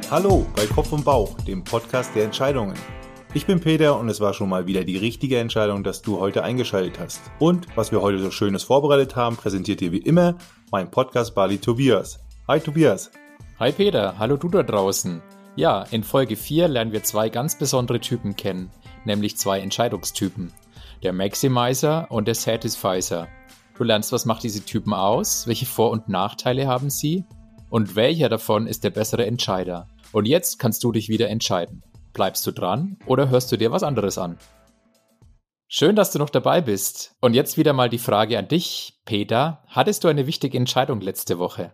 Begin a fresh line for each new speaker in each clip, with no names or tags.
Hallo bei Kopf und Bauch, dem Podcast der Entscheidungen. Ich bin Peter und es war schon mal wieder die richtige Entscheidung, dass du heute eingeschaltet hast. Und was wir heute so Schönes vorbereitet haben, präsentiert dir wie immer mein Podcast-Buddy Tobias. Hi Tobias.
Hi Peter, hallo du da draußen. Ja, in Folge 4 lernen wir zwei ganz besondere Typen kennen, nämlich zwei Entscheidungstypen. Der Maximizer und der Satisfizer. Du lernst, was macht diese Typen aus, welche Vor- und Nachteile haben sie und welcher davon ist der bessere Entscheider. Und jetzt kannst du dich wieder entscheiden. Bleibst du dran oder hörst du dir was anderes an? Schön, dass du noch dabei bist. Und jetzt wieder mal die Frage an dich, Peter. Hattest du eine wichtige Entscheidung letzte Woche?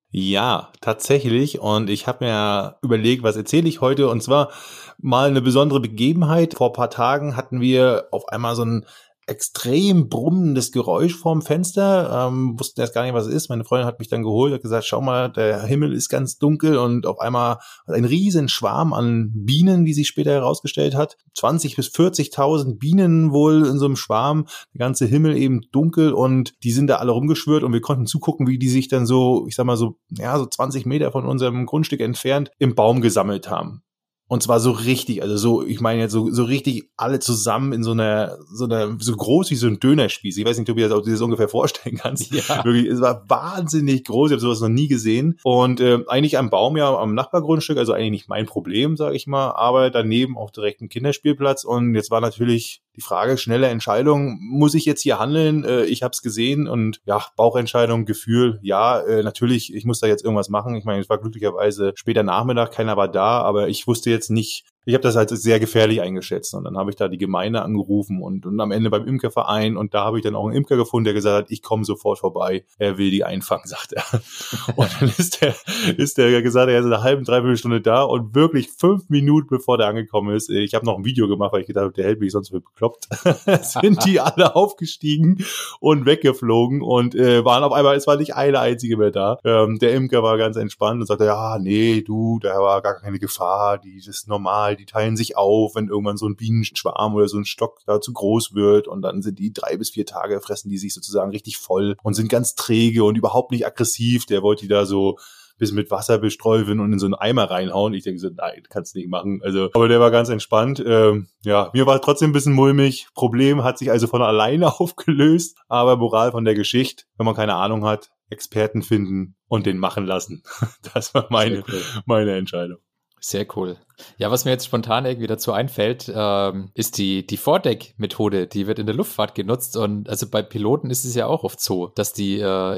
Ja, tatsächlich. Und ich habe mir überlegt, was erzähle ich heute? Und zwar mal eine besondere Begebenheit. Vor ein paar Tagen hatten wir auf einmal so ein extrem brummendes Geräusch vorm Fenster. Wussten erst gar nicht, was es ist. Meine Freundin hat mich dann geholt, hat gesagt, schau mal, der Himmel ist ganz dunkel und auf einmal hat ein riesen Schwarm an Bienen, wie sich später herausgestellt hat. 20.000 bis 40.000 Bienen wohl in so einem Schwarm. Der ganze Himmel eben dunkel und die sind da alle rumgeschwirrt und wir konnten zugucken, wie die sich dann so, ich sag mal so 20 Meter von unserem Grundstück entfernt im Baum gesammelt haben. Und zwar so richtig, also so, ich meine jetzt so richtig alle zusammen in so einer, so groß wie so ein Dönerspieß. Ich weiß nicht, ob du dir das ungefähr vorstellen kannst.
Ja.
Wirklich, es war wahnsinnig groß, ich habe sowas noch nie gesehen. Und eigentlich am Baum ja am Nachbargrundstück, also eigentlich nicht mein Problem, sage ich mal, aber daneben auch direkt ein Kinderspielplatz. Und jetzt war natürlich die Frage, schnelle Entscheidung, muss ich jetzt hier handeln? Ich habe es gesehen und ja, Bauchentscheidung, Gefühl, ja, natürlich, ich muss da jetzt irgendwas machen. Ich meine, es war glücklicherweise später Nachmittag, keiner war da, aber ich wusste jetzt nicht, ich habe das halt sehr gefährlich eingeschätzt und dann habe ich da die Gemeinde angerufen und am Ende beim Imkerverein und da habe ich dann auch einen Imker gefunden, der gesagt hat, ich komme sofort vorbei, er will die einfangen, sagt er. Und dann ist der gesagt, er ist eine halbe, dreiviertel Stunde da und wirklich 5 Minuten bevor der angekommen ist, ich habe noch ein Video gemacht, weil ich gedacht habe, der hält mich sonst für bekloppt, sind die alle aufgestiegen und weggeflogen und waren auf einmal, es war nicht eine einzige mehr da. Der Imker war ganz entspannt und sagte, ja, nee, da war gar keine Gefahr, das ist normal, die teilen sich auf, wenn irgendwann so ein Bienenschwarm oder so ein Stock da zu groß wird und dann sind die 3 bis 4 Tage, fressen die sich sozusagen richtig voll und sind ganz träge und überhaupt nicht aggressiv. Der wollte die da so ein bisschen mit Wasser besträufeln und in so einen Eimer reinhauen. Ich denke so, nein, kannst du nicht machen. Also, aber der war ganz entspannt. Ja, mir war trotzdem ein bisschen mulmig. Problem hat sich also von alleine aufgelöst. Aber Moral von der Geschichte, wenn man keine Ahnung hat, Experten finden und den machen lassen. Das war meine Entscheidung.
Sehr cool. Ja, was mir jetzt spontan irgendwie dazu einfällt, ist die Vordeck-Methode. Die wird in der Luftfahrt genutzt und also bei Piloten ist es ja auch oft so, dass die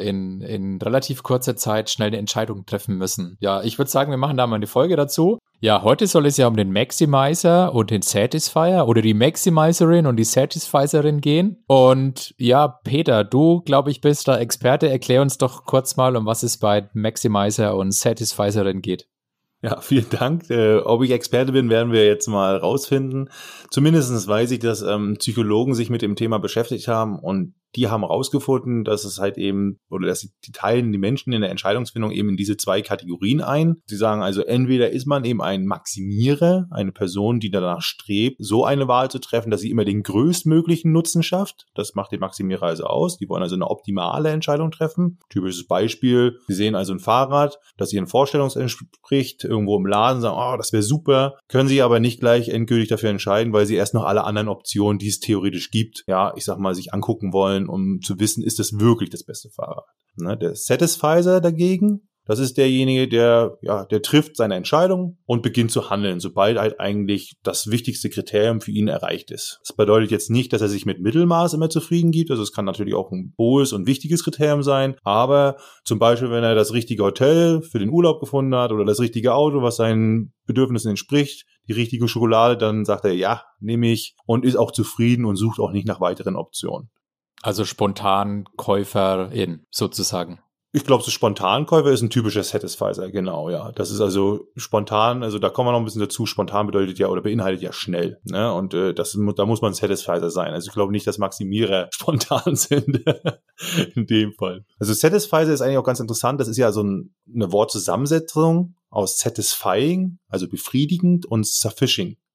in relativ kurzer Zeit schnell eine Entscheidung treffen müssen. Ja, ich würde sagen, wir machen da mal eine Folge dazu. Ja, heute soll es ja um den Maximizer und den Satisfier oder die Maximizerin und die Satisfizerin gehen. Und ja, Peter, du, glaube ich, bist da Experte. Erklär uns doch kurz mal, um was es bei Maximizer und Satisfizerin geht.
Ja, vielen Dank. Ob ich Experte bin, werden wir jetzt mal rausfinden. Zumindest weiß ich, dass Psychologen sich mit dem Thema beschäftigt haben und die haben rausgefunden, dass es halt eben, oder dass die teilen die Menschen in der Entscheidungsfindung eben in diese 2 Kategorien ein. Sie sagen also, entweder ist man eben ein Maximierer, eine Person, die danach strebt, so eine Wahl zu treffen, dass sie immer den größtmöglichen Nutzen schafft. Das macht den Maximierer also aus. Die wollen also eine optimale Entscheidung treffen. Typisches Beispiel, sie sehen also ein Fahrrad, das ihren Vorstellungen entspricht, irgendwo im Laden, sagen, oh, das wäre super, können sich aber nicht gleich endgültig dafür entscheiden, weil sie erst noch alle anderen Optionen, die es theoretisch gibt, ja, ich sag mal, sich angucken wollen, um zu wissen, ist das wirklich das beste Fahrrad. Ne, der Satisfizer dagegen, das ist derjenige, der trifft seine Entscheidung und beginnt zu handeln, sobald halt eigentlich das wichtigste Kriterium für ihn erreicht ist. Das bedeutet jetzt nicht, dass er sich mit Mittelmaß immer zufrieden gibt, also es kann natürlich auch ein hohes und wichtiges Kriterium sein, aber zum Beispiel, wenn er das richtige Hotel für den Urlaub gefunden hat oder das richtige Auto, was seinen Bedürfnissen entspricht, die richtige Schokolade, dann sagt er, ja, nehme ich und ist auch zufrieden und sucht auch nicht nach weiteren Optionen.
Also spontan Käuferin sozusagen.
Ich glaube, so Spontankäufer ist ein typischer Satisfizer, genau, ja. Das ist also spontan, also da kommen wir noch ein bisschen dazu, spontan bedeutet ja oder beinhaltet ja schnell, ne? Und da muss man Satisfizer sein. Also ich glaube nicht, dass Maximierer spontan sind in dem Fall. Also Satisfizer ist eigentlich auch ganz interessant, das ist ja so eine Wortzusammensetzung aus satisfying, also befriedigend, und sufficing,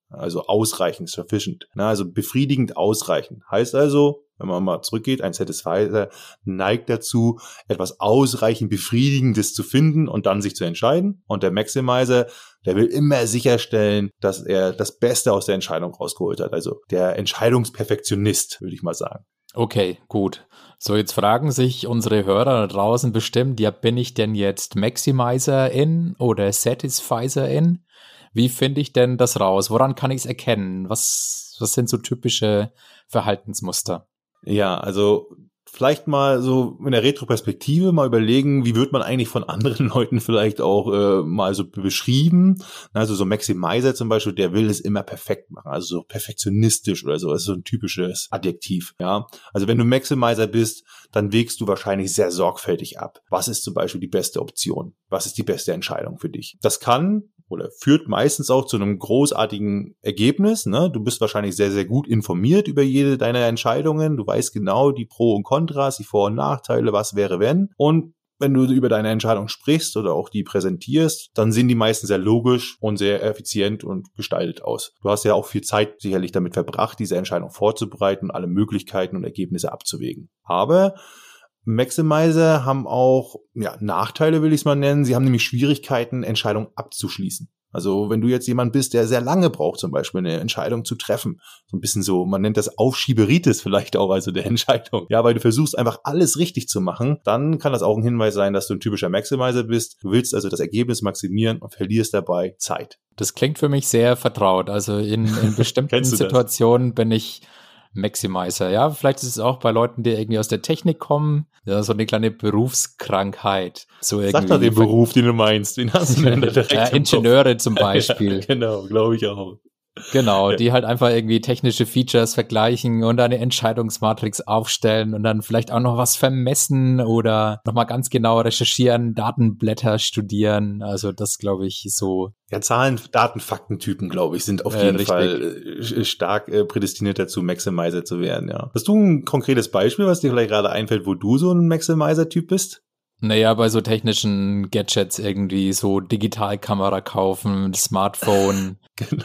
Also ausreichend, sufficient. Also befriedigend ausreichend. Heißt also, wenn man mal zurückgeht, ein Satisfier neigt dazu, etwas ausreichend Befriedigendes zu finden und dann sich zu entscheiden. Und der Maximizer, der will immer sicherstellen, dass er das Beste aus der Entscheidung rausgeholt hat. Also der Entscheidungsperfektionist, würde ich mal sagen.
Okay, gut. So, jetzt fragen sich unsere Hörer da draußen bestimmt, ja, bin ich denn jetzt Maximizer-in oder Satisfier-in? Wie finde ich denn das raus? Woran kann ich es erkennen? Was sind so typische Verhaltensmuster?
Ja, also vielleicht mal so in der Retroperspektive mal überlegen, wie wird man eigentlich von anderen Leuten vielleicht auch mal so beschrieben. Also so Maximizer zum Beispiel, der will es immer perfekt machen, also so perfektionistisch oder so, das ist so ein typisches Adjektiv. Ja, also wenn du Maximizer bist, dann wägst du wahrscheinlich sehr sorgfältig ab. Was ist zum Beispiel die beste Option? Was ist die beste Entscheidung für dich? Das kann oder führt meistens auch zu einem großartigen Ergebnis. Ne? Du bist wahrscheinlich sehr, sehr gut informiert über jede deiner Entscheidungen. Du weißt genau die Pro und Kontras, die Vor- und Nachteile, was wäre wenn. Und wenn du über deine Entscheidung sprichst oder auch die präsentierst, dann sehen die meisten sehr logisch und sehr effizient und gestaltet aus. Du hast ja auch viel Zeit sicherlich damit verbracht, diese Entscheidung vorzubereiten und alle Möglichkeiten und Ergebnisse abzuwägen. Aber Maximizer haben auch Nachteile, will ich es mal nennen. Sie haben nämlich Schwierigkeiten, Entscheidungen abzuschließen. Also wenn du jetzt jemand bist, der sehr lange braucht, zum Beispiel eine Entscheidung zu treffen, so ein bisschen so, man nennt das Aufschieberitis vielleicht auch, also der Entscheidung. Ja, weil du versuchst einfach alles richtig zu machen, dann kann das auch ein Hinweis sein, dass du ein typischer Maximizer bist. Du willst also das Ergebnis maximieren und verlierst dabei Zeit.
Das klingt für mich sehr vertraut. Also in bestimmten Situationen bin ich Maximizer. Ja, vielleicht ist es auch bei Leuten, die irgendwie aus der Technik kommen, ja, so eine kleine Berufskrankheit. So
Sag doch den Beruf, den du meinst. Den hast du denn direkt
Ingenieure zum Beispiel.
Ja, genau, glaube ich auch.
Genau, die halt einfach irgendwie technische Features vergleichen und eine Entscheidungsmatrix aufstellen und dann vielleicht auch noch was vermessen oder nochmal ganz genau recherchieren, Datenblätter studieren. Also das glaube ich so.
Ja, Zahlen, Daten, Faktentypen, glaube ich, sind auf jeden Fall stark prädestiniert dazu, Maximizer zu werden, ja. Hast du ein konkretes Beispiel, was dir vielleicht gerade einfällt, wo du so ein Maximizer-Typ bist?
Naja, bei so technischen Gadgets irgendwie so Digitalkamera kaufen, Smartphone.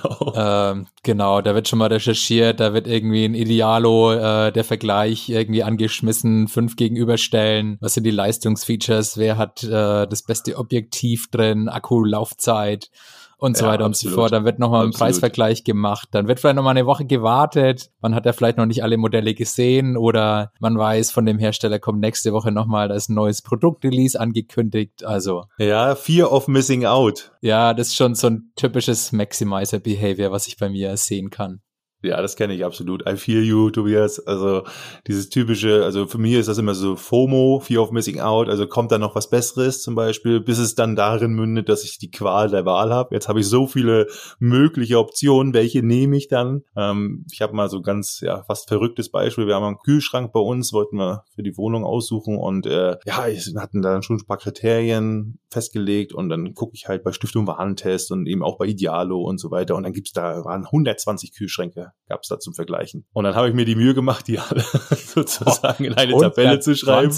Genau, da wird schon mal recherchiert, da wird irgendwie ein Idealo, der Vergleich irgendwie angeschmissen, 5 gegenüberstellen. Was sind die Leistungsfeatures? Wer hat das beste Objektiv drin? Akkulaufzeit? Und so weiter und so fort. Dann wird nochmal ein Preisvergleich gemacht. Dann wird vielleicht nochmal eine Woche gewartet. Man hat ja vielleicht noch nicht alle Modelle gesehen oder man weiß, von dem Hersteller kommt nächste Woche nochmal, da ist ein neues Produktrelease angekündigt. Also.
Ja, Fear of Missing Out.
Ja, das ist schon so ein typisches Maximizer-Behavior, was ich bei mir sehen kann.
Ja, das kenne ich absolut. I feel you, Tobias. Also dieses typische, also für mich ist das immer so FOMO, Fear of Missing Out. Also kommt da noch was Besseres zum Beispiel, bis es dann darin mündet, dass ich die Qual der Wahl habe. Jetzt habe ich so viele mögliche Optionen. Welche nehme ich dann? Ich habe mal so ganz, fast verrücktes Beispiel. Wir haben einen Kühlschrank bei uns, wollten wir für die Wohnung aussuchen und wir hatten da schon ein paar Kriterien festgelegt und dann gucke ich halt bei Stiftung Warentest und eben auch bei Idealo und so weiter und dann waren 120 Kühlschränke gab es da zum Vergleichen. Und dann habe ich mir die Mühe gemacht, die alle sozusagen in eine Tabelle zu schreiben.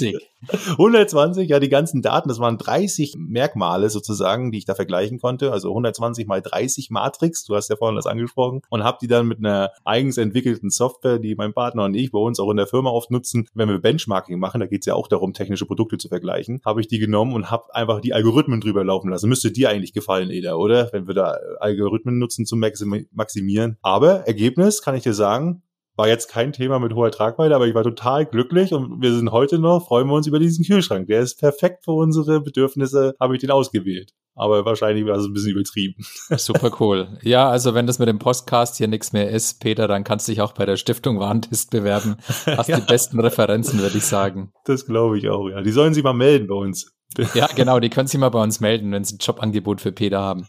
120, ja, die ganzen Daten, das waren 30 Merkmale sozusagen, die ich da vergleichen konnte. Also 120 mal 30 Matrix, du hast ja vorhin das angesprochen. Und habe die dann mit einer eigens entwickelten Software, die mein Partner und ich bei uns auch in der Firma oft nutzen, wenn wir Benchmarking machen, da geht es ja auch darum, technische Produkte zu vergleichen, habe ich die genommen und habe einfach die Algorithmen drüber laufen lassen. Müsste dir eigentlich gefallen, Eda, oder? Wenn wir da Algorithmen nutzen zum Maximieren. Aber Ergebnis, kann ich dir sagen, war jetzt kein Thema mit hoher Tragweite, aber ich war total glücklich und wir sind heute noch, freuen wir uns über diesen Kühlschrank. Der ist perfekt für unsere Bedürfnisse, habe ich den ausgewählt. Aber wahrscheinlich war es ein bisschen übertrieben.
Super cool. Ja, also wenn das mit dem Podcast hier nichts mehr ist, Peter, dann kannst du dich auch bei der Stiftung Warentest bewerben. Hast die besten Referenzen, würde ich sagen.
Das glaube ich auch, ja. Die sollen sich mal melden bei uns.
Ja, genau, die können sich mal bei uns melden, wenn sie ein Jobangebot für Peter haben.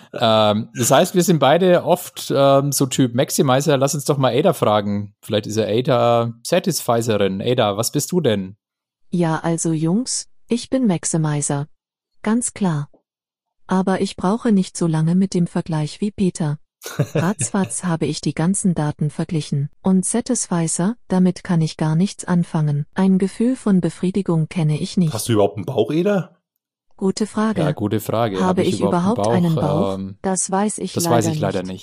Das heißt, wir sind beide oft so Typ Maximizer. Lass uns doch mal Ada fragen. Vielleicht ist ja Ada Satisficerin. Ada, was bist du denn?
Ja, also Jungs, ich bin Maximizer. Ganz klar. Aber ich brauche nicht so lange mit dem Vergleich wie Peter. Ratzfatz habe ich die ganzen Daten verglichen. Und Satisficer, damit kann ich gar nichts anfangen. Ein Gefühl von Befriedigung kenne ich nicht.
Hast du überhaupt einen Bauch, Eda?
Gute Frage.
Ja, gute Frage.
Habe ich überhaupt einen Bauch? Das weiß ich leider nicht.
Das weiß ich leider nicht.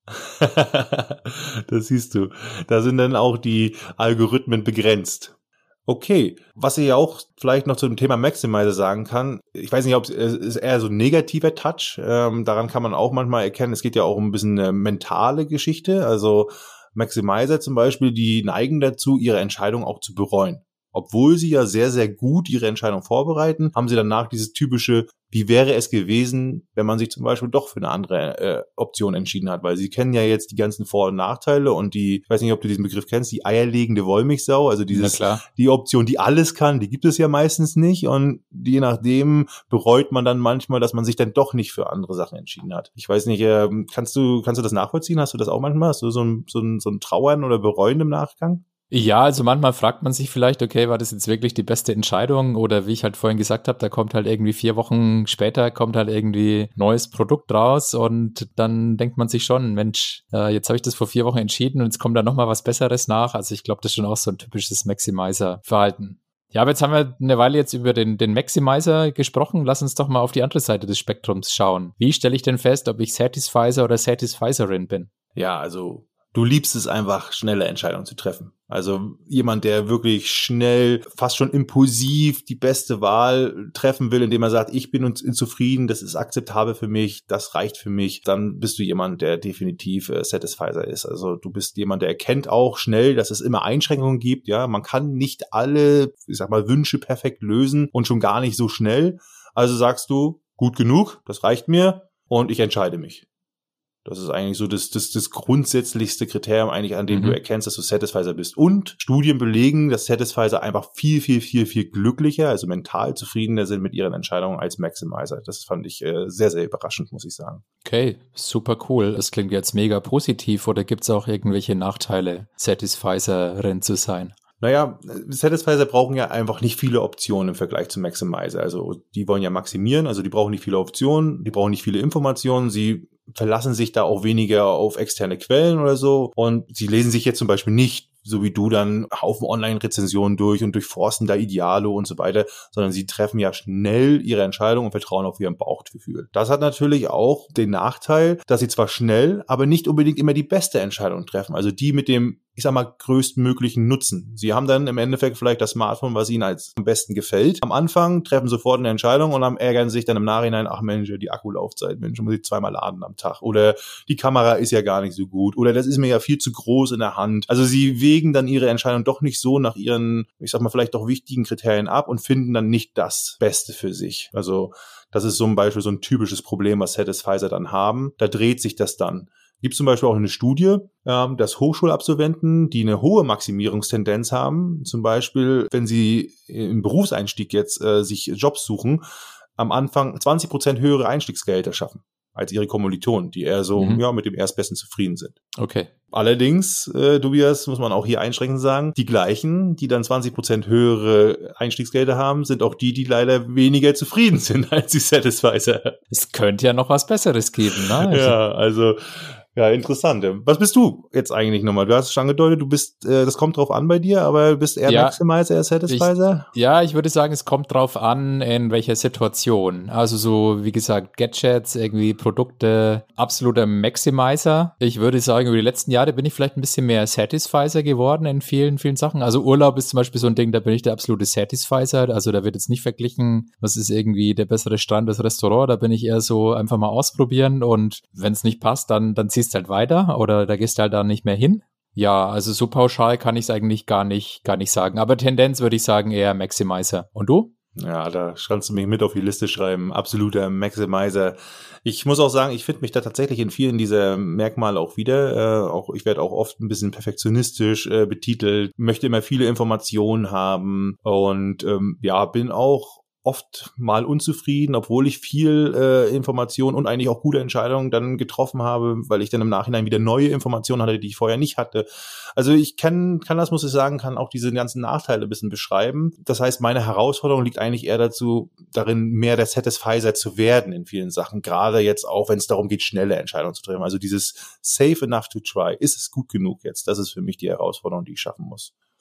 Das siehst du. Da sind dann auch die Algorithmen begrenzt. Okay, was ich auch vielleicht noch zum Thema Maximizer sagen kann, ich weiß nicht, ob es ist eher so ein negativer Touch, daran kann man auch manchmal erkennen, es geht ja auch um ein bisschen eine mentale Geschichte, also Maximizer zum Beispiel, die neigen dazu, ihre Entscheidung auch zu bereuen. Obwohl sie ja sehr, sehr gut ihre Entscheidung vorbereiten, haben sie danach dieses typische, wie wäre es gewesen, wenn man sich zum Beispiel doch für eine andere Option entschieden hat, weil sie kennen ja jetzt die ganzen Vor- und Nachteile und die, ich weiß nicht, ob du diesen Begriff kennst, die eierlegende Wollmilchsau, also die Option, die alles kann, die gibt es ja meistens nicht und je nachdem bereut man dann manchmal, dass man sich dann doch nicht für andere Sachen entschieden hat. Ich weiß nicht, kannst du das nachvollziehen? Hast du das auch manchmal? Hast du so ein Trauern oder Bereuen im Nachgang?
Ja, also manchmal fragt man sich vielleicht, okay, war das jetzt wirklich die beste Entscheidung? Oder wie ich halt vorhin gesagt habe, da kommt halt irgendwie 4 Wochen später, kommt halt irgendwie neues Produkt raus und dann denkt man sich schon, Mensch, jetzt habe ich das vor 4 Wochen entschieden und jetzt kommt da nochmal was Besseres nach. Also ich glaube, das ist schon auch so ein typisches Maximizer-Verhalten. Ja, aber jetzt haben wir eine Weile jetzt über den Maximizer gesprochen. Lass uns doch mal auf die andere Seite des Spektrums schauen. Wie stelle ich denn fest, ob ich Satisfizer oder Satisficerin bin?
Ja, also du liebst es einfach, schnelle Entscheidungen zu treffen. Also jemand, der wirklich schnell, fast schon impulsiv die beste Wahl treffen will, indem er sagt, ich bin zufrieden, das ist akzeptabel für mich, das reicht für mich, dann bist du jemand, der definitiv Satisfizer ist. Also du bist jemand, der erkennt auch schnell, dass es immer Einschränkungen gibt. Ja, man kann nicht alle, ich sag mal, Wünsche perfekt lösen und schon gar nicht so schnell. Also sagst du, gut genug, das reicht mir und ich entscheide mich. Das ist eigentlich so das grundsätzlichste Kriterium eigentlich, an dem du erkennst, dass du Satisfizer bist. Und Studien belegen, dass Satisfizer einfach viel, viel, viel, viel glücklicher, also mental zufriedener sind mit ihren Entscheidungen als Maximizer. Das fand ich sehr, sehr überraschend, muss ich sagen.
Okay, super cool. Das klingt jetzt mega positiv. Oder gibt es auch irgendwelche Nachteile, Satisfizerin zu sein?
Naja, Satisfizer brauchen ja einfach nicht viele Optionen im Vergleich zu Maximizer. Also die wollen ja maximieren, also die brauchen nicht viele Optionen, die brauchen nicht viele Informationen, sie verlassen sich da auch weniger auf externe Quellen oder so und sie lesen sich jetzt zum Beispiel nicht, so wie du, dann Haufen Online-Rezensionen durch und durchforsten da Ideale und so weiter, sondern sie treffen ja schnell ihre Entscheidung und vertrauen auf ihren Bauchgefühl. Das hat natürlich auch den Nachteil, dass sie zwar schnell, aber nicht unbedingt immer die beste Entscheidung treffen, also die mit dem, ich sag mal, größtmöglichen Nutzen. Sie haben dann im Endeffekt vielleicht das Smartphone, was ihnen als am besten gefällt. Am Anfang treffen sofort eine Entscheidung und dann ärgern sie sich dann im Nachhinein, ach Mensch, die Akkulaufzeit, Mensch, muss ich 2-mal laden am Tag. Oder die Kamera ist ja gar nicht so gut. Oder das ist mir ja viel zu groß in der Hand. Also sie wägen dann ihre Entscheidung doch nicht so nach ihren, ich sag mal, vielleicht doch wichtigen Kriterien ab und finden dann nicht das Beste für sich. Also das ist zum Beispiel so ein typisches Problem, was Satisfizer dann haben. Da dreht sich das dann. Gibt zum Beispiel auch eine Studie, dass Hochschulabsolventen, die eine hohe Maximierungstendenz haben, zum Beispiel, wenn sie im Berufseinstieg jetzt sich Jobs suchen, am Anfang 20% höhere Einstiegsgehälter schaffen als ihre Kommilitonen, die eher so mit dem Erstbesten zufrieden sind.
Okay.
Allerdings, Tobias, muss man auch hier einschränkend sagen, die gleichen, die dann 20% höhere Einstiegsgelder haben, sind auch die leider weniger zufrieden sind als die Satisfizer.
Es könnte ja noch was Besseres geben, ne?
Ja, also ja, interessant. Was bist du jetzt eigentlich nochmal? Du hast es schon angedeutet, du bist, das kommt drauf an bei dir, aber du bist eher Maximizer, eher Satisfizer?
Ich würde sagen, es kommt drauf an, in welcher Situation. Also so, wie gesagt, Gadgets, irgendwie Produkte, absoluter Maximizer. Ich würde sagen, über die letzten Jahre bin ich vielleicht ein bisschen mehr Satisfizer geworden in vielen, vielen Sachen. Also Urlaub ist zum Beispiel so ein Ding, da bin ich der absolute Satisfizer. Also da wird jetzt nicht verglichen, was ist irgendwie der bessere Strand, das Restaurant. Da bin ich eher so einfach mal ausprobieren und wenn es nicht passt, dann ziehst halt weiter oder da gehst halt da nicht mehr hin. Ja, also so pauschal kann ich es eigentlich gar nicht sagen. Aber Tendenz würde ich sagen eher Maximizer. Und du?
Ja, da kannst du mich mit auf die Liste schreiben. Absoluter Maximizer. Ich muss auch sagen, ich finde mich da tatsächlich in vielen dieser Merkmale auch wieder. Ich werde auch oft ein bisschen perfektionistisch betitelt, möchte immer viele Informationen haben und bin auch oft mal unzufrieden, obwohl ich viel Information und eigentlich auch gute Entscheidungen dann getroffen habe, weil ich dann im Nachhinein wieder neue Informationen hatte, die ich vorher nicht hatte. Also ich kann auch diese ganzen Nachteile ein bisschen beschreiben. Das heißt, meine Herausforderung liegt eigentlich eher darin, mehr der Satisfizer zu werden in vielen Sachen, gerade jetzt auch, wenn es darum geht, schnelle Entscheidungen zu treffen. Also dieses safe enough to try, ist es gut genug jetzt? Das ist für mich die Herausforderung, die ich schaffen muss.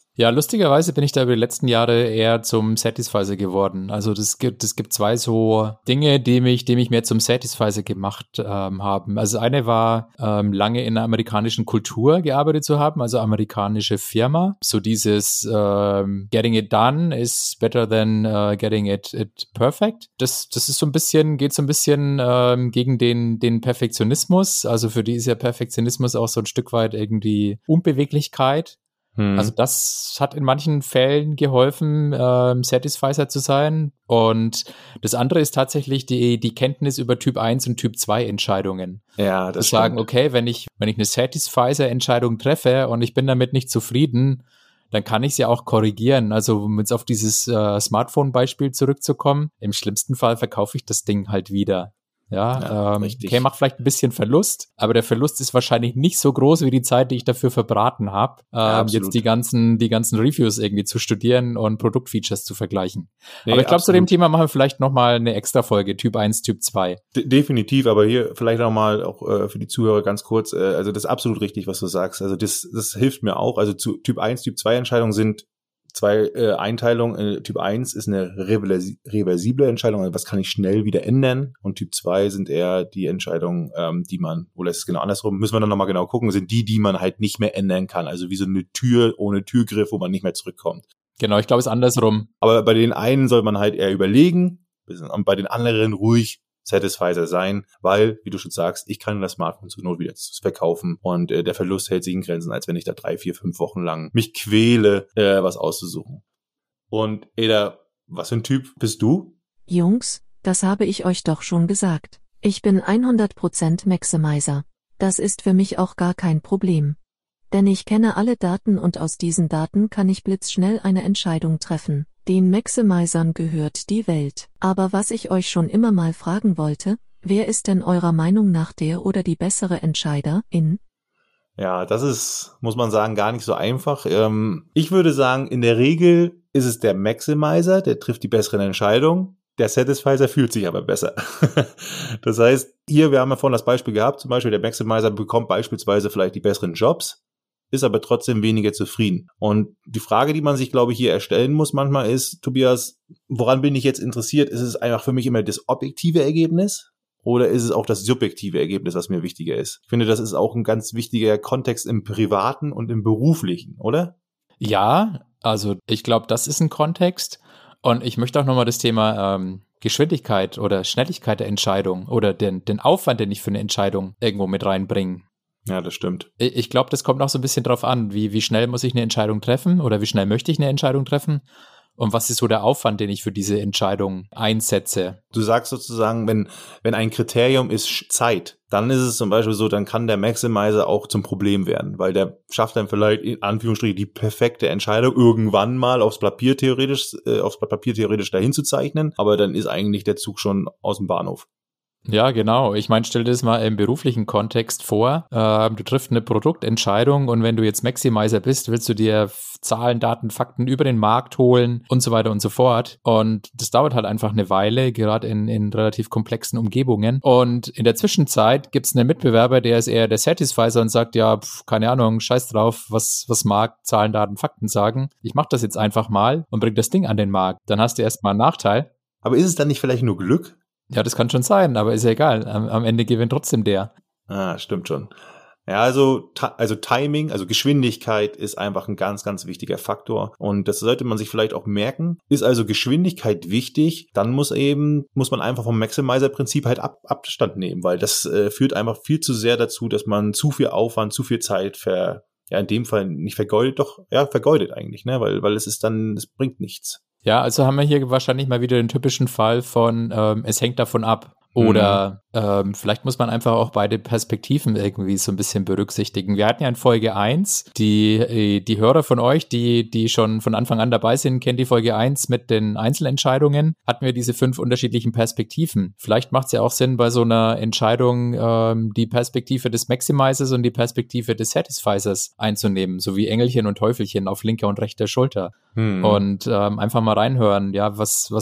Ja, lustigerweise bin ich da über die letzten Jahre eher zum Satisfizer geworden. Also das gibt zwei so Dinge, die mich mehr zum Satisfizer gemacht haben. Also eine war, lange in der amerikanischen Kultur gearbeitet zu haben, also amerikanische Firma. So dieses getting it done is better than getting it perfect. Das ist so ein bisschen, geht so ein bisschen gegen den Perfektionismus. Also für die ist ja Perfektionismus auch so ein Stück weit irgendwie Unbeweglichkeit. Also das hat in manchen Fällen geholfen, Satisfizer zu sein. Und das andere ist tatsächlich die Kenntnis über Typ 1 und Typ 2 Entscheidungen.
Ja, das
zu sagen, okay, wenn ich eine Satisfizer-Entscheidung treffe und ich bin damit nicht zufrieden, dann kann ich sie auch korrigieren. Also um jetzt auf dieses Smartphone-Beispiel zurückzukommen, im schlimmsten Fall verkaufe ich das Ding halt wieder. Ja, okay, macht vielleicht ein bisschen Verlust, aber der Verlust ist wahrscheinlich nicht so groß wie die Zeit, die ich dafür verbraten habe, jetzt die ganzen Reviews irgendwie zu studieren und Produktfeatures zu vergleichen. Nee, aber ich glaube, zu dem Thema machen wir vielleicht nochmal eine extra Folge, Typ 1, Typ 2.
Definitiv, aber hier vielleicht nochmal auch für die Zuhörer ganz kurz, also das ist absolut richtig, was du sagst. Also das hilft mir auch. Also zu Typ 1, Typ 2 Entscheidungen sind zwei Einteilungen. Typ 1 ist eine reversible Entscheidung, also was kann ich schnell wieder ändern, und Typ 2 sind eher die Entscheidungen, die man, oder ist es genau andersrum, müssen wir dann nochmal genau gucken, sind die man halt nicht mehr ändern kann, also wie so eine Tür ohne Türgriff, wo man nicht mehr zurückkommt.
Genau, ich glaube, es ist andersrum.
Aber bei den einen soll man halt eher überlegen und bei den anderen ruhig Satisfizer sein, weil, wie du schon sagst, ich kann das Smartphone zur Not wieder verkaufen und der Verlust hält sich in Grenzen, als wenn ich da 3, 4, 5 Wochen lang mich quäle, was auszusuchen. Und Eda, was für ein Typ bist du?
Jungs, das habe ich euch doch schon gesagt. Ich bin 100% Maximizer. Das ist für mich auch gar kein Problem. Denn ich kenne alle Daten und aus diesen Daten kann ich blitzschnell eine Entscheidung treffen. Den Maximizern gehört die Welt. Aber was ich euch schon immer mal fragen wollte, wer ist denn eurer Meinung nach der oder die bessere Entscheiderin?
Ja, das ist, muss man sagen, gar nicht so einfach. Ich würde sagen, in der Regel ist es der Maximizer, der trifft die besseren Entscheidungen. Der Satisfizer fühlt sich aber besser. Das heißt, wir haben ja vorhin das Beispiel gehabt, zum Beispiel der Maximizer bekommt beispielsweise vielleicht die besseren Jobs, ist aber trotzdem weniger zufrieden. Und die Frage, die man sich, glaube ich, hier erstellen muss manchmal ist, Tobias, woran bin ich jetzt interessiert? Ist es einfach für mich immer das objektive Ergebnis oder ist es auch das subjektive Ergebnis, was mir wichtiger ist? Ich finde, das ist auch ein ganz wichtiger Kontext im Privaten und im Beruflichen, oder?
Ja, also ich glaube, das ist ein Kontext. Und ich möchte auch nochmal das Thema Geschwindigkeit oder Schnelligkeit der Entscheidung oder den Aufwand, den ich für eine Entscheidung irgendwo mit reinbringen.
Ja, das stimmt.
Ich glaube, das kommt auch so ein bisschen drauf an, wie schnell muss ich eine Entscheidung treffen oder wie schnell möchte ich eine Entscheidung treffen und was ist so der Aufwand, den ich für diese Entscheidung einsetze.
Du sagst sozusagen, wenn ein Kriterium ist Zeit, dann ist es zum Beispiel so, dann kann der Maximizer auch zum Problem werden, weil der schafft dann vielleicht in Anführungsstrichen die perfekte Entscheidung irgendwann mal aufs Blatt Papier theoretisch dahin zu zeichnen, aber dann ist eigentlich der Zug schon aus dem Bahnhof.
Ja, genau. Ich meine, stell dir das mal im beruflichen Kontext vor. Du triffst eine Produktentscheidung und wenn du jetzt Maximizer bist, willst du dir Zahlen, Daten, Fakten über den Markt holen und so weiter und so fort. Und das dauert halt einfach eine Weile, gerade in relativ komplexen Umgebungen. Und in der Zwischenzeit gibt es einen Mitbewerber, der ist eher der Satisfizer und sagt, ja, keine Ahnung, scheiß drauf, was mag Zahlen, Daten, Fakten sagen. Ich mach das jetzt einfach mal und bring das Ding an den Markt. Dann hast du erstmal einen Nachteil.
Aber ist es dann nicht vielleicht nur Glück?
Ja, das kann schon sein, aber ist ja egal. Am Ende gewinnt trotzdem der.
Ah, stimmt schon. Ja, also Timing, also Geschwindigkeit ist einfach ein ganz, ganz wichtiger Faktor. Und das sollte man sich vielleicht auch merken. Ist also Geschwindigkeit wichtig, dann muss man einfach vom Maximizer-Prinzip halt Abstand nehmen, weil das führt einfach viel zu sehr dazu, dass man zu viel Aufwand, zu viel Zeit in dem Fall nicht vergeudet, vergeudet eigentlich, ne, weil es bringt nichts.
Ja, also haben wir hier wahrscheinlich mal wieder den typischen Fall von, es hängt davon ab. Oder vielleicht muss man einfach auch beide Perspektiven irgendwie so ein bisschen berücksichtigen. Wir hatten ja in Folge 1, die Hörer von euch, die schon von Anfang an dabei sind, kennen die Folge 1 mit den Einzelentscheidungen, hatten wir diese 5 unterschiedlichen Perspektiven. Vielleicht macht es ja auch Sinn, bei so einer Entscheidung die Perspektive des Maximizers und die Perspektive des Satisficers einzunehmen, so wie Engelchen und Teufelchen auf linker und rechter Schulter. Und einfach mal reinhören, ja, was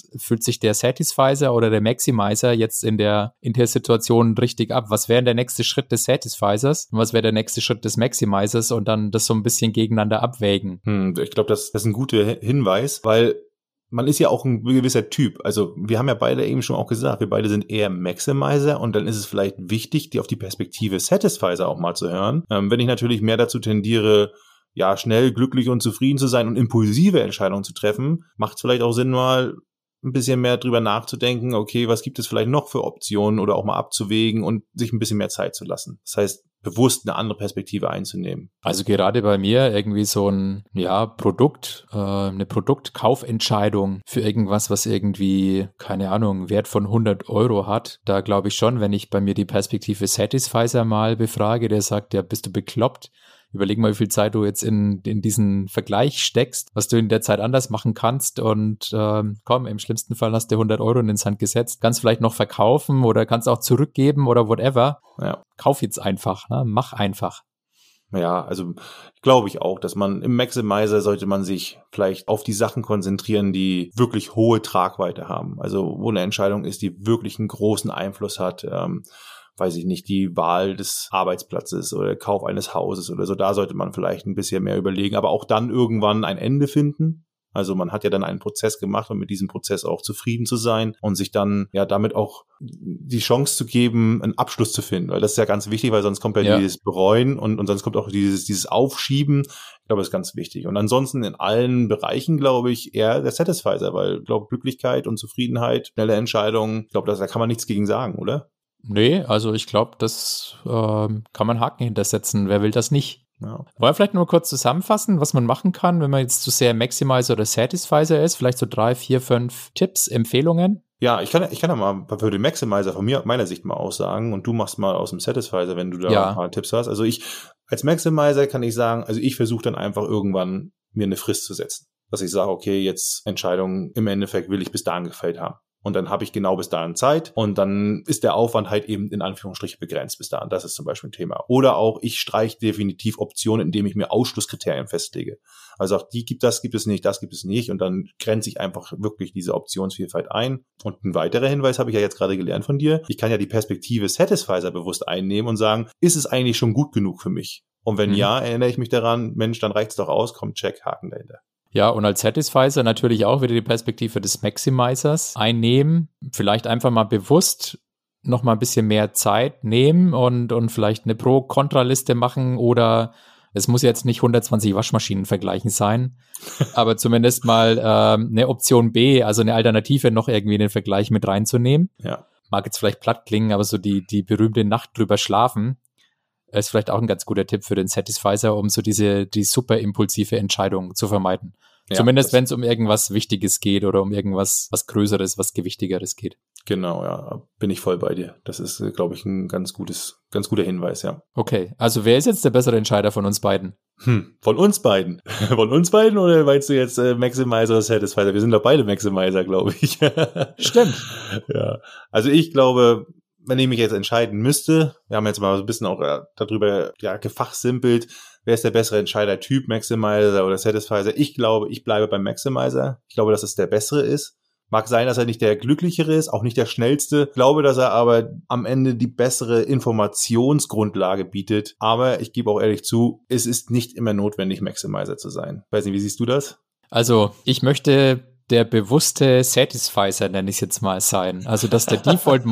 fühlt sich der Satisfizer oder der Maximizer jetzt in der Situation richtig ab? Was wäre der nächste Schritt des Satisfizers und was wäre der nächste Schritt des Maximizers und dann das so ein bisschen gegeneinander abwägen?
Ich glaube, das ist ein guter Hinweis, weil man ist ja auch ein gewisser Typ. Also wir haben ja beide eben schon auch gesagt, wir beide sind eher Maximizer und dann ist es vielleicht wichtig, auf die Perspektive Satisfizer auch mal zu hören. Wenn ich natürlich mehr dazu tendiere, ja, schnell, glücklich und zufrieden zu sein und impulsive Entscheidungen zu treffen, macht es vielleicht auch Sinn, mal ein bisschen mehr drüber nachzudenken, okay, was gibt es vielleicht noch für Optionen oder auch mal abzuwägen und sich ein bisschen mehr Zeit zu lassen. Das heißt, bewusst eine andere Perspektive einzunehmen.
Also gerade bei mir irgendwie so ein Produkt, eine Produktkaufentscheidung für irgendwas, was irgendwie, keine Ahnung, Wert von 100 € hat. Da glaube ich schon, wenn ich bei mir die Perspektive Satisfizer mal befrage, der sagt, ja, bist du bekloppt? Überleg mal, wie viel Zeit du jetzt in diesen Vergleich steckst, was du in der Zeit anders machen kannst und komm, im schlimmsten Fall hast du 100 € in den Sand gesetzt, kannst vielleicht noch verkaufen oder kannst auch zurückgeben oder whatever.
Ja.
Kauf jetzt einfach, ne? Mach einfach.
Ja, also glaube ich auch, dass man im Maximizer sollte man sich vielleicht auf die Sachen konzentrieren, die wirklich hohe Tragweite haben. Also wo eine Entscheidung ist, die wirklich einen großen Einfluss hat, weiß ich nicht, die Wahl des Arbeitsplatzes oder Kauf eines Hauses oder so, da sollte man vielleicht ein bisschen mehr überlegen, aber auch dann irgendwann ein Ende finden. Also man hat ja dann einen Prozess gemacht und mit diesem Prozess auch zufrieden zu sein und sich dann ja damit auch die Chance zu geben, einen Abschluss zu finden, weil das ist ja ganz wichtig, weil sonst kommt ja dieses Bereuen und sonst kommt auch dieses Aufschieben. Ich glaube, das ist ganz wichtig. Und ansonsten in allen Bereichen, glaube ich, eher der Satisfizer, weil ich glaube, Glücklichkeit und Zufriedenheit, schnelle Entscheidungen, ich glaube, da kann man nichts gegen sagen, oder?
Nee, also ich glaube, das kann man Haken hintersetzen. Wer will das nicht?
Ja.
Wollen wir vielleicht nur kurz zusammenfassen, was man machen kann, wenn man jetzt zu sehr Maximizer oder Satisfizer ist? Vielleicht so 3, 4, 5 Tipps, Empfehlungen?
Ja, ich kann ja mal für den Maximizer von meiner Sicht mal aussagen und du machst mal aus dem Satisfizer, wenn du da ein paar Tipps hast. Also als Maximizer kann ich sagen, also ich versuche dann einfach irgendwann mir eine Frist zu setzen. Dass ich sage, okay, jetzt Entscheidung im Endeffekt will ich bis dahin gefällt haben. Und dann habe ich genau bis dahin Zeit und dann ist der Aufwand halt eben in Anführungsstrichen begrenzt bis dahin. Das ist zum Beispiel ein Thema. Oder auch, ich streiche definitiv Optionen, indem ich mir Ausschlusskriterien festlege. Also auch die gibt es nicht, das gibt es nicht und dann grenze ich einfach wirklich diese Optionsvielfalt ein. Und ein weiterer Hinweis habe ich ja jetzt gerade gelernt von dir. Ich kann ja die Perspektive Satisfizer bewusst einnehmen und sagen, ist es eigentlich schon gut genug für mich? Und wenn ja, erinnere ich mich daran, Mensch, dann reicht's doch aus, komm, check, Haken dahinter.
Ja, und als Satisfizer natürlich auch wieder die Perspektive des Maximizers einnehmen. Vielleicht einfach mal bewusst noch mal ein bisschen mehr Zeit nehmen und vielleicht eine Pro-Kontra-Liste machen oder es muss jetzt nicht 120 Waschmaschinen vergleichen sein, aber zumindest mal eine Option B, also eine Alternative noch irgendwie in den Vergleich mit reinzunehmen.
Ja.
Mag jetzt vielleicht platt klingen, aber so die berühmte Nacht drüber schlafen ist vielleicht auch ein ganz guter Tipp für den Satisfizer, um so die super impulsive Entscheidung zu vermeiden. Ja, zumindest wenn es um irgendwas Wichtiges geht oder um irgendwas was Größeres, was Gewichtigeres geht.
Genau, ja, bin ich voll bei dir. Das ist, glaube ich, ein ganz guter Hinweis, ja.
Okay, also wer ist jetzt der bessere Entscheider von uns beiden?
Von uns beiden? Von uns beiden oder meinst du jetzt Maximizer oder Satisfizer? Wir sind doch beide Maximizer, glaube ich.
Stimmt.
Ja, also ich glaube, wenn ich mich jetzt entscheiden müsste, wir haben jetzt mal so ein bisschen auch darüber gefachsimpelt, wer ist der bessere Entscheider-Typ, Maximizer oder Satisfizer? Ich glaube, ich bleibe beim Maximizer. Ich glaube, dass es der bessere ist. Mag sein, dass er nicht der glücklichere ist, auch nicht der schnellste. Ich glaube, dass er aber am Ende die bessere Informationsgrundlage bietet. Aber ich gebe auch ehrlich zu, es ist nicht immer notwendig, Maximizer zu sein. Weiß nicht, wie siehst du das?
Also, ich möchte der bewusste Satisfizer, nenne ich es jetzt mal, sein. Also, dass der Default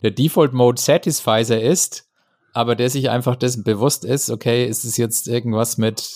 Mode Satisfizer ist, aber der sich einfach dessen bewusst ist, okay, ist es jetzt irgendwas mit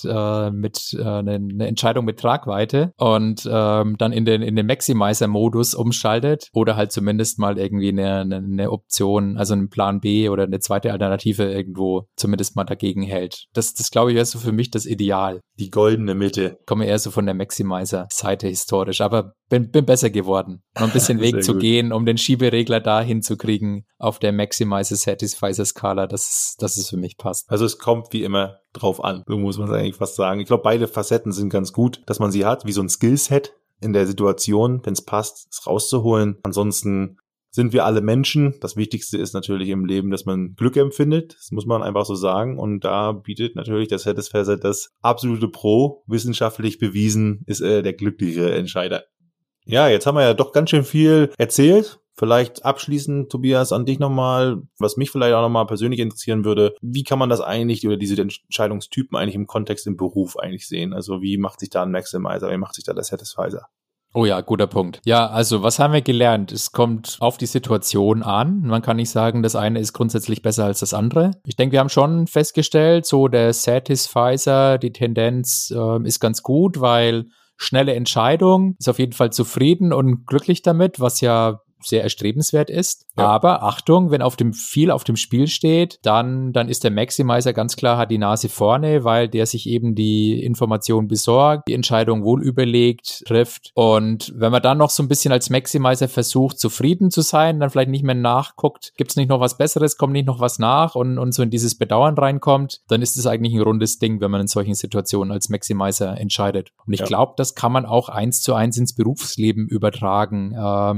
eine Entscheidung mit Tragweite und dann in den Maximizer-Modus umschaltet oder halt zumindest mal irgendwie eine Option, also einen Plan B oder eine zweite Alternative irgendwo zumindest mal dagegen hält. Das glaube ich, wäre so für mich das Ideal.
Die goldene Mitte.
Komme eher so von der Maximizer-Seite historisch, aber bin besser geworden. Noch ein bisschen Weg zu gehen, um den Schieberegler da hinzukriegen auf der Maximizer-Satisfizer-Skala, dass es für mich passt.
Also es kommt wie immer drauf an, so muss man es eigentlich fast sagen. Ich glaube, beide Facetten sind ganz gut, dass man sie hat, wie so ein Skillset in der Situation, wenn es passt, es rauszuholen. Ansonsten sind wir alle Menschen. Das Wichtigste ist natürlich im Leben, dass man Glück empfindet. Das muss man einfach so sagen. Und da bietet natürlich der Satisfizer das absolute Pro. Wissenschaftlich bewiesen ist er der glücklichere Entscheider. Ja, jetzt haben wir ja doch ganz schön viel erzählt. Vielleicht abschließend, Tobias, an dich nochmal, was mich vielleicht auch nochmal persönlich interessieren würde. Wie kann man das eigentlich oder diese Entscheidungstypen eigentlich im Kontext im Beruf eigentlich sehen? Also wie macht sich da ein Maximizer, wie macht sich da der Satisfizer?
Oh ja, guter Punkt. Ja, also was haben wir gelernt? Es kommt auf die Situation an. Man kann nicht sagen, das eine ist grundsätzlich besser als das andere. Ich denke, wir haben schon festgestellt, so der Satisfizer, die Tendenz ist ganz gut, weil schnelle Entscheidung, ist auf jeden Fall zufrieden und glücklich damit, was ja sehr erstrebenswert ist. Ja. Aber Achtung, wenn viel auf dem Spiel steht, dann ist der Maximizer ganz klar, hat die Nase vorne, weil der sich eben die Information besorgt, die Entscheidung wohl überlegt trifft. Und wenn man dann noch so ein bisschen als Maximizer versucht, zufrieden zu sein, dann vielleicht nicht mehr nachguckt, gibt es nicht noch was Besseres, kommt nicht noch was nach und so in dieses Bedauern reinkommt, dann ist es eigentlich ein rundes Ding, wenn man in solchen Situationen als Maximizer entscheidet. Und ich glaube, das kann man auch 1:1 ins Berufsleben übertragen,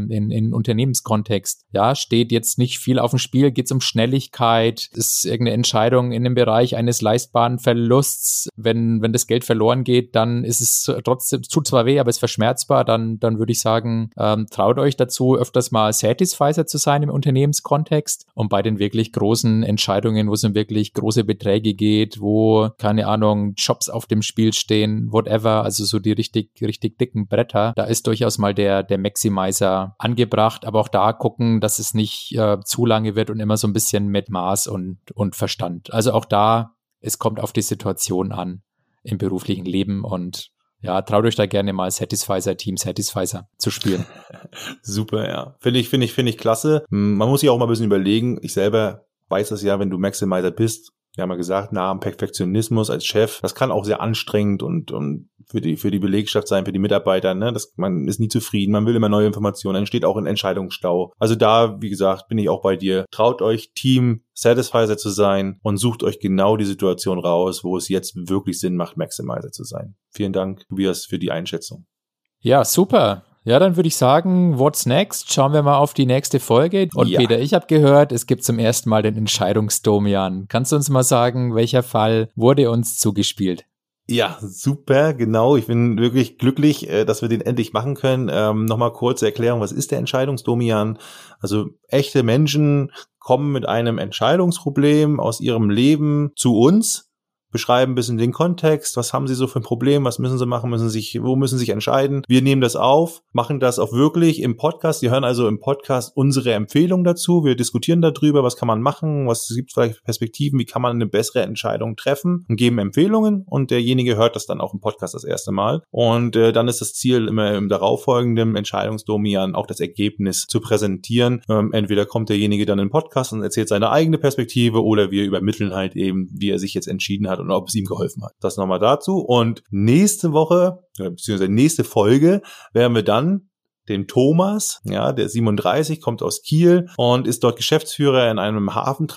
in Unternehmenskontext. Ja, steht jetzt nicht viel auf dem Spiel, geht es um Schnelligkeit, ist irgendeine Entscheidung in dem Bereich eines leistbaren Verlusts. Wenn das Geld verloren geht, dann ist es trotzdem, tut zwar weh, aber ist verschmerzbar, dann würde ich sagen, traut euch dazu, öfters mal Satisfizer zu sein im Unternehmenskontext und bei den wirklich großen Entscheidungen, wo es um wirklich große Beträge geht, wo, keine Ahnung, Jobs auf dem Spiel stehen, whatever, also so die richtig dicken Bretter, da ist durchaus mal der Maximizer angebracht, aber auch da gucken, dass es nicht zu lange wird und immer so ein bisschen mit Maß und Verstand. Also auch da, es kommt auf die Situation an im beruflichen Leben und ja, traut euch da gerne mal Team Satisfizer zu spielen.
Super, ja. Finde ich klasse. Man muss sich auch mal ein bisschen überlegen. Ich selber weiß das ja, wenn du Maximizer bist. Wir haben ja gesagt, nah am Perfektionismus als Chef. Das kann auch sehr anstrengend und für die Belegschaft sein, für die Mitarbeiter, ne? Man ist nie zufrieden, man will immer neue Informationen, dann entsteht auch ein Entscheidungsstau. Also da, wie gesagt, bin ich auch bei dir. Traut euch, Team Satisfizer zu sein und sucht euch genau die Situation raus, wo es jetzt wirklich Sinn macht, Maximizer zu sein. Vielen Dank, Tobias, für die Einschätzung.
Ja, super. Ja, dann würde ich sagen, what's next? Schauen wir mal auf die nächste Folge. Und ja. Peter, ich habe gehört, es gibt zum ersten Mal den Entscheidungsdomian. Kannst du uns mal sagen, welcher Fall wurde uns zugespielt?
Ja, super, genau. Ich bin wirklich glücklich, dass wir den endlich machen können. Nochmal kurze Erklärung, was ist der Entscheidungsdomian? Also echte Menschen kommen mit einem Entscheidungsproblem aus ihrem Leben zu uns, beschreiben ein bisschen den Kontext, was haben sie so für ein Problem, was müssen sie machen, wo müssen sie sich entscheiden. Wir nehmen das auf, machen das auch wirklich im Podcast. Sie hören also im Podcast unsere Empfehlung dazu. Wir diskutieren darüber, was kann man machen, was gibt es vielleicht Perspektiven, wie kann man eine bessere Entscheidung treffen und geben Empfehlungen und derjenige hört das dann auch im Podcast das erste Mal. Und dann ist das Ziel immer im darauffolgenden Entscheidungsdomian auch das Ergebnis zu präsentieren. Entweder kommt derjenige dann in den Podcast und erzählt seine eigene Perspektive oder wir übermitteln halt eben, wie er sich jetzt entschieden hat und ob es ihm geholfen hat. Das nochmal dazu. Und nächste Woche, beziehungsweise nächste Folge, werden wir dann den Thomas, ja, der 37, kommt aus Kiel und ist dort Geschäftsführer in einem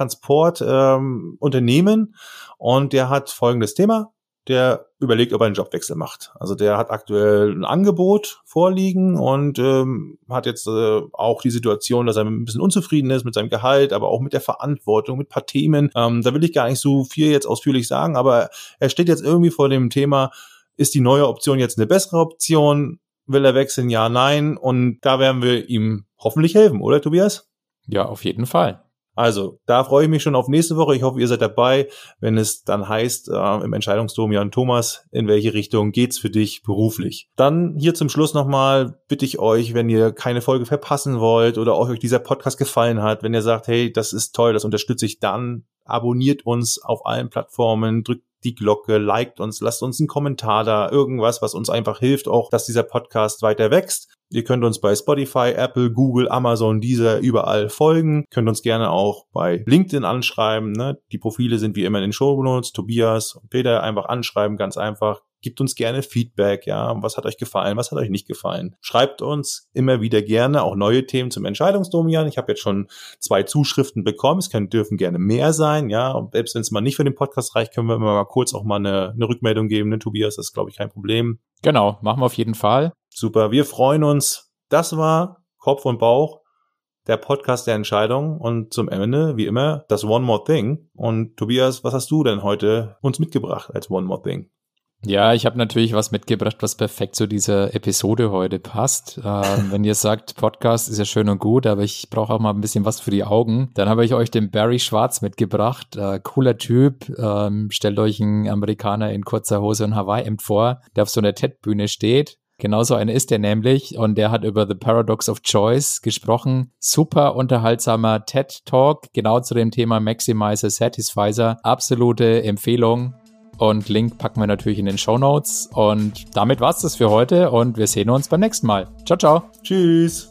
Hafentransport-Unternehmen und der hat folgendes Thema. Der überlegt, ob er einen Jobwechsel macht. Also der hat aktuell ein Angebot vorliegen und hat jetzt auch die Situation, dass er ein bisschen unzufrieden ist mit seinem Gehalt, aber auch mit der Verantwortung, mit ein paar Themen. Da will ich gar nicht so viel jetzt ausführlich sagen, aber er steht jetzt irgendwie vor dem Thema, ist die neue Option jetzt eine bessere Option? Will er wechseln? Ja, nein. Und da werden wir ihm hoffentlich helfen, oder Tobias?
Ja, auf jeden Fall.
Also, da freue ich mich schon auf nächste Woche. Ich hoffe, ihr seid dabei, wenn es dann heißt, im Entscheidungsdomian Thomas, in welche Richtung geht's für dich beruflich? Dann hier zum Schluss nochmal bitte ich euch, wenn ihr keine Folge verpassen wollt oder euch dieser Podcast gefallen hat, wenn ihr sagt, hey, das ist toll, das unterstütze ich, dann abonniert uns auf allen Plattformen, drückt die Glocke, liked uns, lasst uns einen Kommentar da, irgendwas, was uns einfach hilft, auch, dass dieser Podcast weiter wächst. Ihr könnt uns bei Spotify, Apple, Google, Amazon, Deezer, überall folgen. Könnt uns gerne auch bei LinkedIn anschreiben. Ne? Die Profile sind wie immer in den Shownotes. Tobias und Peter einfach anschreiben, ganz einfach. Gebt uns gerne Feedback, ja. Was hat euch gefallen? Was hat euch nicht gefallen? Schreibt uns immer wieder gerne auch neue Themen zum Entscheidungsdomian. Ich habe jetzt schon 2 Zuschriften bekommen. Es dürfen gerne mehr sein, ja. Und selbst wenn es mal nicht für den Podcast reicht, können wir immer mal kurz auch mal eine Rückmeldung geben. Ne, Tobias, das ist, glaube ich, kein Problem.
Genau, machen wir auf jeden Fall.
Super, wir freuen uns. Das war Kopf und Bauch, der Podcast der Entscheidung und zum Ende, wie immer, das One More Thing. Und Tobias, was hast du denn heute uns mitgebracht als One More Thing?
Ja, ich habe natürlich was mitgebracht, was perfekt zu dieser Episode heute passt. Wenn ihr sagt, Podcast ist ja schön und gut, aber ich brauche auch mal ein bisschen was für die Augen, dann habe ich euch den Barry Schwartz mitgebracht. Cooler Typ, stellt euch einen Amerikaner in kurzer Hose und Hawaii-Hemd vor, der auf so einer TED-Bühne steht. Genauso einer ist er nämlich und der hat über The Paradox of Choice gesprochen. Super unterhaltsamer TED-Talk, genau zu dem Thema Maximizer, Satisfizer. Absolute Empfehlung. Und Link packen wir natürlich in den Shownotes. Und damit war's das für heute und wir sehen uns beim nächsten Mal. Ciao, ciao.
Tschüss.